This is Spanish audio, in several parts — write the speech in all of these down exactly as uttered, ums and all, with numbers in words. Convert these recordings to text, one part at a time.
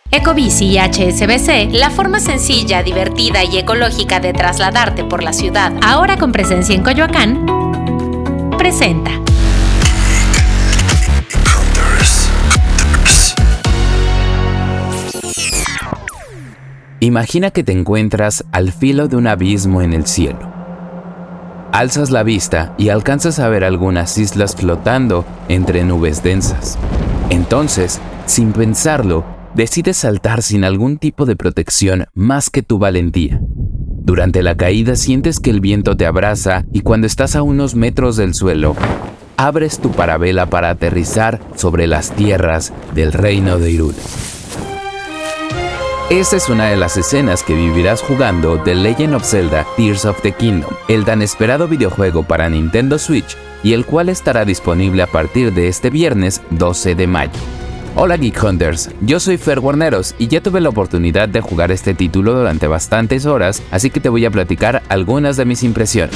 Ecobici y H S B C, la forma sencilla, divertida y ecológica de trasladarte por la ciudad, ahora con presencia en Coyoacán, presenta. Imagina que te encuentras al filo de un abismo en el cielo. Alzas la vista y alcanzas a ver algunas islas flotando entre nubes densas. Entonces, sin pensarlo, decides saltar sin algún tipo de protección más que tu valentía. Durante la caída sientes que el viento te abraza y cuando estás a unos metros del suelo, abres tu parabela para aterrizar sobre las tierras del reino de Hyrule. Esta es una de las escenas que vivirás jugando The Legend of Zelda Tears of the Kingdom, el tan esperado videojuego para Nintendo Switch y el cual estará disponible a partir de este viernes doce de mayo. Hola Geek Hunters, yo soy Fer Guarneros y ya tuve la oportunidad de jugar este título durante bastantes horas, así que te voy a platicar algunas de mis impresiones.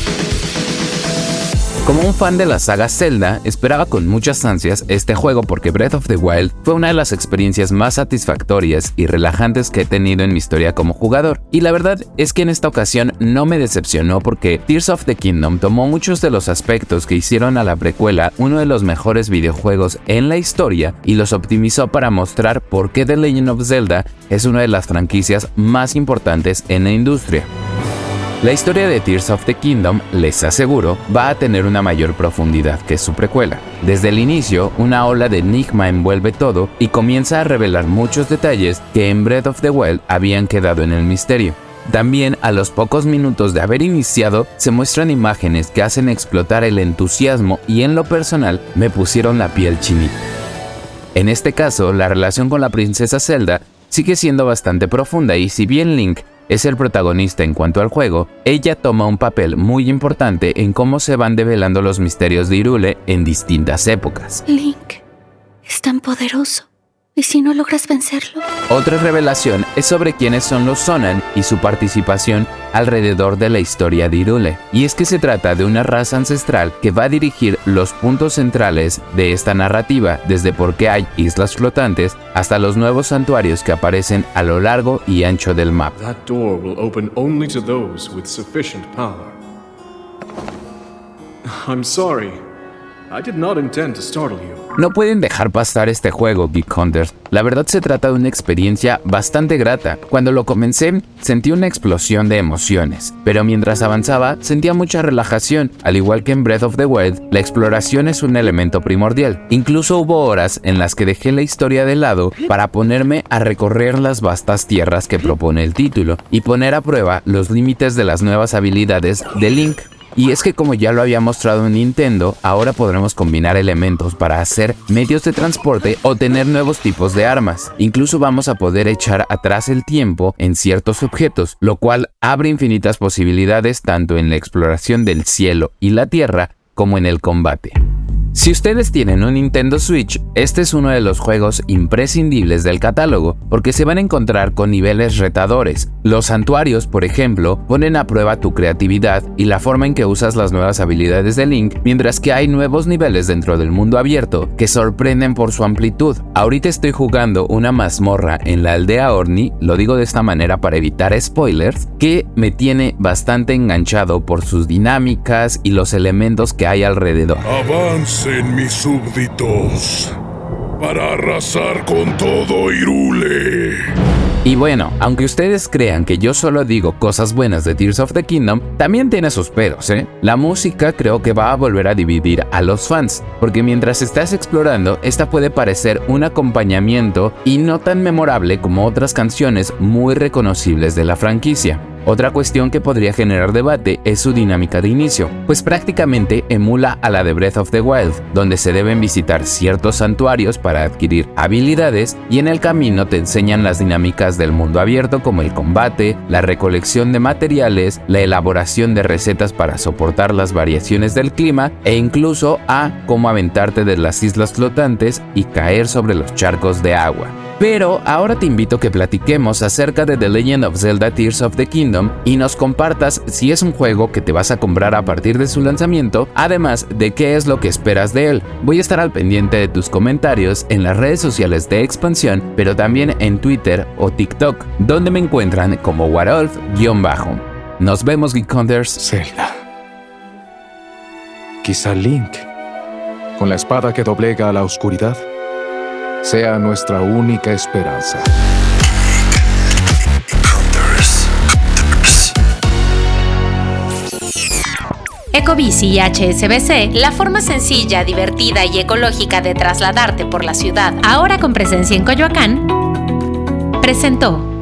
Como un fan de la saga Zelda, esperaba con muchas ansias este juego porque Breath of the Wild fue una de las experiencias más satisfactorias y relajantes que he tenido en mi historia como jugador. Y la verdad es que en esta ocasión no me decepcionó porque Tears of the Kingdom tomó muchos de los aspectos que hicieron a la precuela uno de los mejores videojuegos en la historia y los optimizó para mostrar por qué The Legend of Zelda es una de las franquicias más importantes en la industria. La historia de Tears of the Kingdom, les aseguro, va a tener una mayor profundidad que su precuela. Desde el inicio, una ola de enigma envuelve todo y comienza a revelar muchos detalles que en Breath of the Wild habían quedado en el misterio. También, a los pocos minutos de haber iniciado, se muestran imágenes que hacen explotar el entusiasmo y en lo personal me pusieron la piel chinita. En este caso, la relación con la princesa Zelda sigue siendo bastante profunda y si bien Link es el protagonista en cuanto al juego, ella toma un papel muy importante en cómo se van develando los misterios de Hyrule en distintas épocas. Link es tan poderoso, ¿y si no logras vencerlo? Otra revelación es sobre quiénes son los Zonan y su participación alrededor de la historia de Hyrule. Y es que se trata de una raza ancestral que va a dirigir los puntos centrales de esta narrativa, desde por qué hay islas flotantes hasta los nuevos santuarios que aparecen a lo largo y ancho del mapa. That door will open only to those with sufficient power. I'm sorry. I did not intend to startle you. No pueden dejar pasar este juego, Geek Hunters. La verdad se trata de una experiencia bastante grata. Cuando lo comencé, sentí una explosión de emociones, pero mientras avanzaba, sentía mucha relajación. Al igual que en Breath of the Wild, la exploración es un elemento primordial. Incluso hubo horas en las que dejé la historia de lado para ponerme a recorrer las vastas tierras que propone el título y poner a prueba los límites de las nuevas habilidades de Link. Y es que como ya lo había mostrado en Nintendo, ahora podremos combinar elementos para hacer medios de transporte o tener nuevos tipos de armas. Incluso vamos a poder echar atrás el tiempo en ciertos objetos, lo cual abre infinitas posibilidades tanto en la exploración del cielo y la tierra como en el combate. Si ustedes tienen un Nintendo Switch, este es uno de los juegos imprescindibles del catálogo, porque se van a encontrar con niveles retadores. Los santuarios, por ejemplo, ponen a prueba tu creatividad y la forma en que usas las nuevas habilidades de Link, mientras que hay nuevos niveles dentro del mundo abierto que sorprenden por su amplitud. Ahorita estoy jugando una mazmorra en la aldea Orni, lo digo de esta manera para evitar spoilers, que me tiene bastante enganchado por sus dinámicas y los elementos que hay alrededor. Avancen mis súbditos para arrasar con todo Hyrule. Y bueno, aunque ustedes crean que yo solo digo cosas buenas de Tears of the Kingdom, también tiene sus peros, ¿eh? La música creo que va a volver a dividir a los fans, porque mientras estás explorando, esta puede parecer un acompañamiento y no tan memorable como otras canciones muy reconocibles de la franquicia. Otra cuestión que podría generar debate es su dinámica de inicio, pues prácticamente emula a la de Breath of the Wild, donde se deben visitar ciertos santuarios para adquirir habilidades y en el camino te enseñan las dinámicas del mundo abierto como el combate, la recolección de materiales, la elaboración de recetas para soportar las variaciones del clima e incluso a cómo aventarte de las islas flotantes y caer sobre los charcos de agua. Pero ahora te invito a que platiquemos acerca de The Legend of Zelda Tears of the Kingdom y nos compartas si es un juego que te vas a comprar a partir de su lanzamiento, además de qué es lo que esperas de él. Voy a estar al pendiente de tus comentarios en las redes sociales de Expansión, pero también en Twitter o TikTok, donde me encuentran como Warolf-bajo. Nos vemos, Geek Hunters. Zelda. Quizá Link, con la espada que doblega a la oscuridad, sea nuestra única esperanza. Ecobici y H S B C, la forma sencilla, divertida y ecológica de trasladarte por la ciudad, ahora con presencia en Coyoacán, presentó.